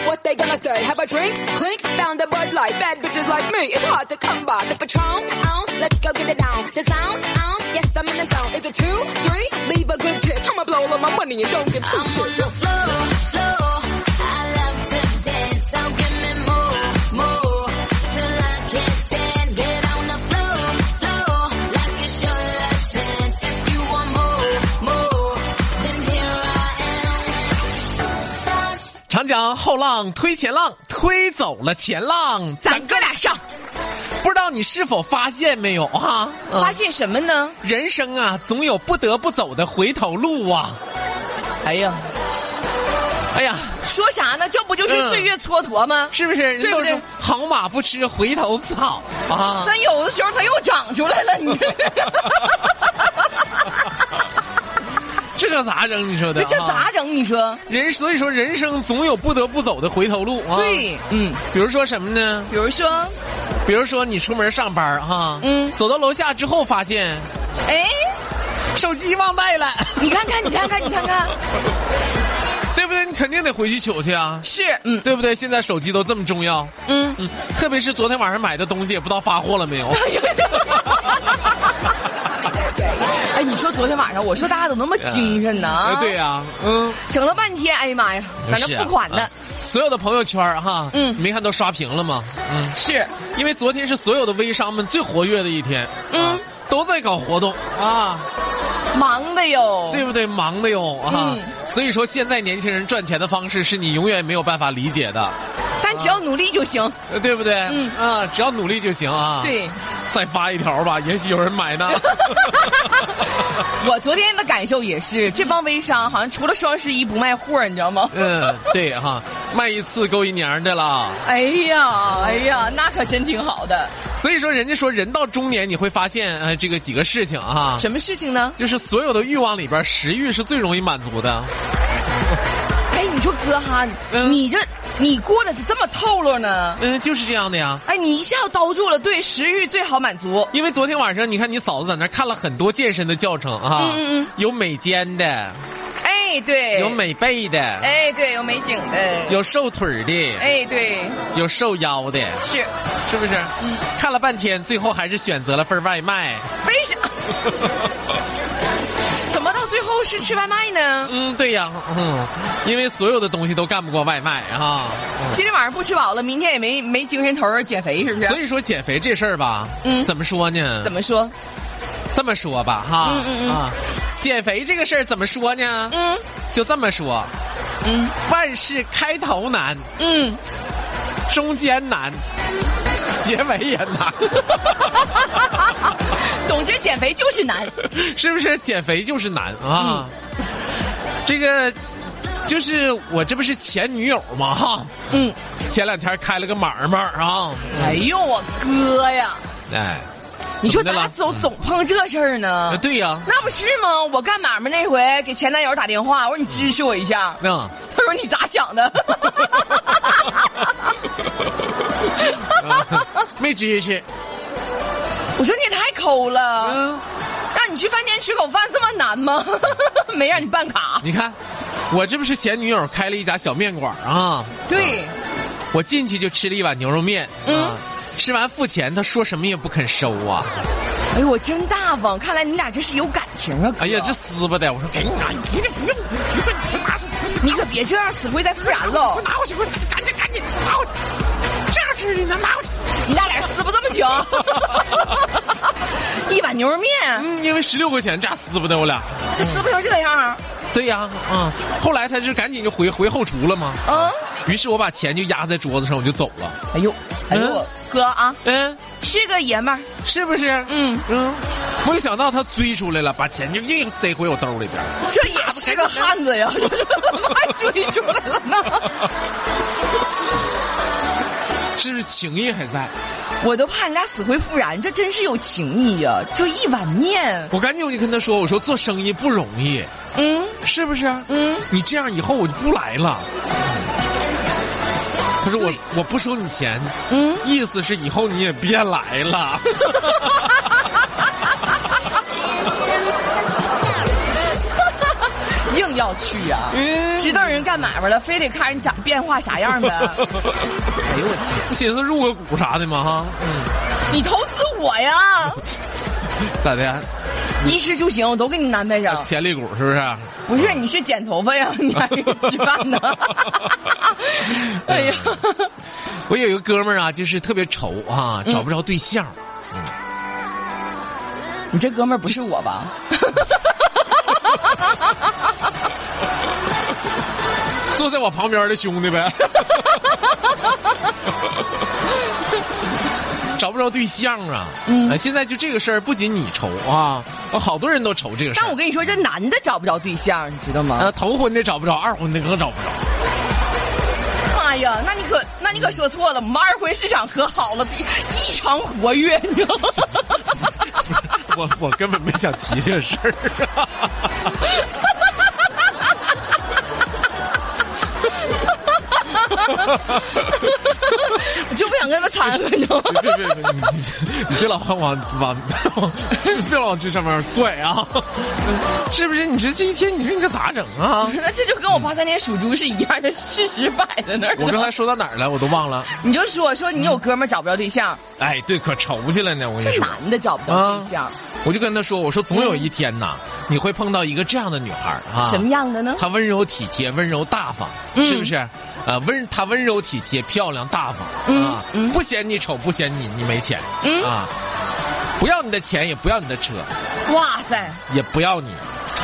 what they gonna say? Have a drink? Clink, found a Bud Light. Bad bitches like me, it's hard to come by. The Patron, let's go get it down. The sound, yes, I'm in the zone. Is it 2, 3? Leave a good tip. I'ma blow all of my money and don't give two shits. I'm on the floor. I love to dance. Don't give me more. Till I can't stand. Get on the floor. Like it's your last chance. If you want more, then here I am. 常讲后浪推前浪，推走了前浪， 咱哥俩上。 不知道你是否发现没有啊？ 发现什么呢？ 人生啊，总有不得不走的回头路啊！ 哎呀，说啥呢？这不就是岁月蹉跎吗？ 是不是？人都说好马不吃回头草啊！ 咱有的时候它又长出来了，你这个咋整？你说的？ 这咋整？你说所以说人生总有不得不走的回头路啊！ 对， 比如说什么呢？ 比如说你出门上班哈，走到楼下之后发现，手机忘带了。 你看看， 对不对？你肯定得回去取去啊。 是， 对不对？现在手机都这么重要，特别是昨天晚上买的东西，也不知道发货了没有。 哎，你说昨天晚上，我说大家怎么那么精神呢？ 对呀， 整了半天，哎呀妈呀，在那付款呢。 所有的朋友圈哈，你没看都刷屏了吗？ 是因为昨天是所有的微商们最活跃的一天，都在搞活动啊， 忙的哟， 对不对？忙的哟啊！所以说现在年轻人赚钱的方式是你永远没有办法理解的， 但只要努力就行， 对不对？只要努力就行啊。 对。 再发一条吧，也许有人买呢。 我昨天的感受也是，这帮微商好像除了双11不卖货，你知道吗？ 对哈，卖一次够一年的了。 哎呀，那可真挺好的。 所以说，人家说人到中年你会发现，这个几个事情啊。 什么事情呢？ 就是所有的欲望里边，食欲是最容易满足的。 哎，你说哥哈，你过得这么透露呢？ 就是这样的呀。 哎，你一下兜住了，对，食欲最好满足。 因为昨天晚上你看你嫂子在那看了很多健身的教程啊，有美肩的， 哎对， 有美背的， 哎对，有美颈的， 有瘦腿的， 哎对， 有瘦腰的， 是不是？看了半天，最后还是选择了份外卖。 为啥？怎么到最后是吃外卖呢？ 对呀，因为所有的东西都干不过外卖啊。 今天晚上不吃饱了，明天也没精神头减肥，是不是？ 所以说减肥这事儿吧，怎么说呢？ 怎么说？ 这么说吧，哈，减肥这个事儿怎么说呢？就这么说，万事开头难，中间难，结尾也难。 总之减肥就是难， 是不是？减肥就是难啊！这个就是我这不是前女友吗？哈，前2天开了个买卖啊！ 哎呦我哥呀！ 哎， 你说咋总碰这事儿呢？ 对呀， 那不是吗？我干买卖那回给前男友打电话，我说你支持我一下。他说你咋想的？ 没支持。 我说你也太抠了，让你去饭店吃口饭这么难吗？没让你办卡。 你看，我这不是前女友开了一家小面馆啊？ 对， 我进去就吃了一碗牛肉面，吃完付钱，他说什么也不肯收啊。 哎呦，我真大方，看来你俩这是有感情啊。 哎呀，这撕巴的，我说给你拿，你不用， 你可别这样，死灰再复燃了。 我拿过去，赶紧拿过去，这样吃的呢，拿过去。 你俩撕巴这么久，一碗牛肉面， 因为16块钱，这撕巴的我俩， 这撕巴成这样。 对呀，后来他就赶紧就回后厨了嘛，于是我把钱就压在桌子上，我就走了。 哎呦，哥啊，是个爷们儿， 是不是？没想到他追出来了，把钱就硬塞回我兜里边。 这也是个汉子呀，还追出来了呢。 是不是情谊还在？ 我都怕你俩死灰复燃，这真是有情谊呀！就一碗面， 我赶紧我就跟他说，我说做生意不容易，是不是？你这样以后我就不来了。他说我不收你钱，意思是以后你也别来了。 硬要去呀？知道人干买卖了，非得看人长变化啥样呗？哎呦我天！ 不寻思入个股啥的吗？哈， 你投资我呀？ 咋的？ 衣食住行我都给你安排上。 潜力股是不是？ 不是，你是剪头发呀？你还是吃饭呢？哎呀， 我有一个哥们儿啊，就是特别愁啊，找不着对象。 你这哥们儿不是我吧？ 坐在我旁边的兄弟呗。找不着对象啊！现在就这个事儿，不仅你愁啊，好多人都愁这个事儿。 但我跟你说，这男的找不着对象，你知道吗？ 头婚的找不着，二婚的更找不着。 妈呀，那你可说错了，我们二婚市场可好了，异常活跃，你知道吗？ 我根本没想提这个事儿啊。 我就不想跟他们掺和，你知道吗？ 你别老往别老往这上面拽啊！是不是？你说这一天，你说你这咋整啊？ 那这就跟我83年属猪是一样的，事实摆在那儿。 我刚才说到哪儿了？我都忘了。 你就说你有哥们儿找不着对象。 哎，对，可愁去了呢。我跟你说， 这男的找不着对象。 我就跟他说，我说总有一天呐，你会碰到一个这样的女孩啊。 什么样的呢？ 她温柔体贴，温柔大方，是不是？她温柔体贴，漂亮大方啊，不嫌你丑，不嫌你没钱啊，不要你的钱，也不要你的车， 哇塞， 也不要你。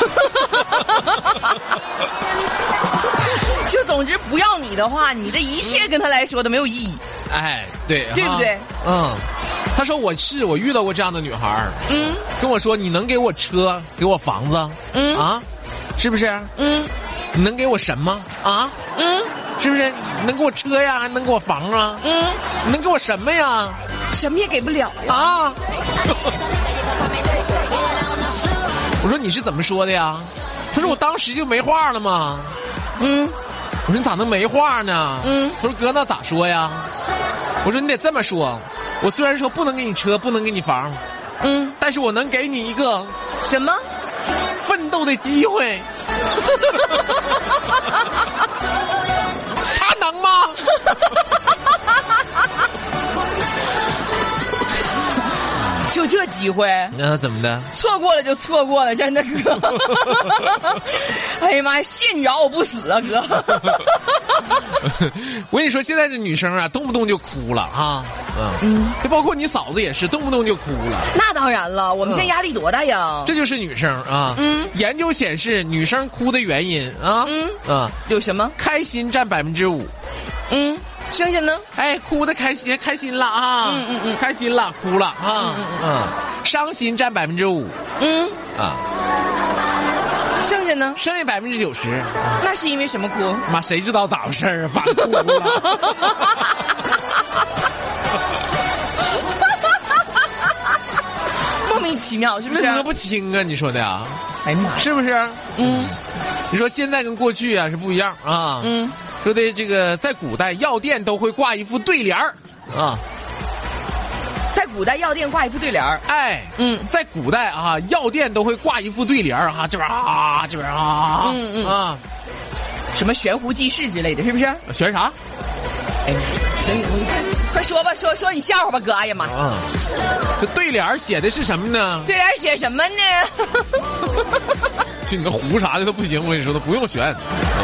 就总之不要你的话，你的一切跟他来说都没有意义。 哎，对， 对不对？ 他说我遇到过这样的女孩，跟我说你能给我车，给我房子，啊，是不是？你能给我什么啊？是不是？你能给我车呀，还能给我房啊？你能给我什么呀？ 什么也给不了呀！ 啊！我说你是怎么说的呀？他说我当时就没话了嘛。我说你咋能没话呢？他说哥那咋说呀？我说你得这么说，我虽然说不能给你车，不能给你房，但是我能给你一个什么奋斗的机会。他能吗？ 就这机会， 那怎么的？ 错过了就错过了，真的哥。哎呀妈呀，信饶我不死啊，哥！ 我跟你说，现在这女生啊，动不动就哭了啊，就包括你嫂子也是，动不动就哭了。 那当然了，我们现在压力多大呀？ 这就是女生啊。研究显示，女生哭的原因啊， 有什么？ 开心占5%。 剩下呢？ 哎，哭的开心了啊！开心了，哭了啊！伤心占5%。 剩下呢？ 剩下90%。 那是因为什么哭？ 妈，谁知道咋回事儿？反哭了。 莫名其妙，是不是？ 摸不清啊，你说的呀？ 哎呀妈， 是不是？你说现在跟过去啊是不一样啊。说的这个，在古代药店都会挂一副对联儿啊。 在古代药店挂一副对联儿， 哎，在古代啊，药店都会挂一副对联儿啊，这边啊，这边啊， 什么悬壶济世之类的，是不是？ 悬啥？ 哎，快说吧，说你笑话吧，哥！哎呀妈！ 这对联儿写的是什么呢？ 对联儿写什么呢？ 就你那胡啥的都不行，我跟你说，都不用悬。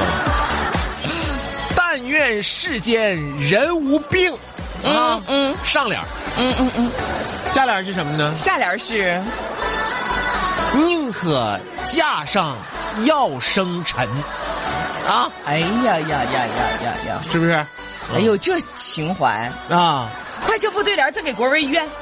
但愿世间人无病啊！上联。下联是什么呢？ 下联是宁可架上药生尘啊！ 哎呀， 是不是？ 哎呦，这情怀啊！ 快这副对联赠给国卫医院。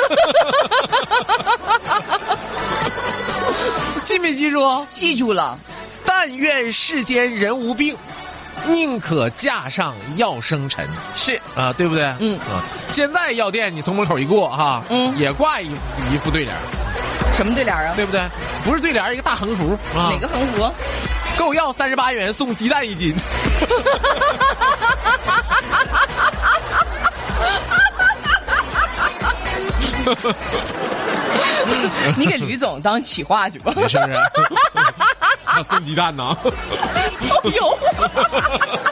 记没记住？ 记住了。 但愿世间人无病，宁可架上药生尘。 是啊，对不对？现在药店你从门口一过哈，也挂一副对联。 什么对联啊？ 对不对？不是对联，一个大横幅啊。 哪个横幅？ 购药38元送鸡蛋1斤。 你给吕总当企划去吧。 是不是？ 送鸡蛋呢。 好油。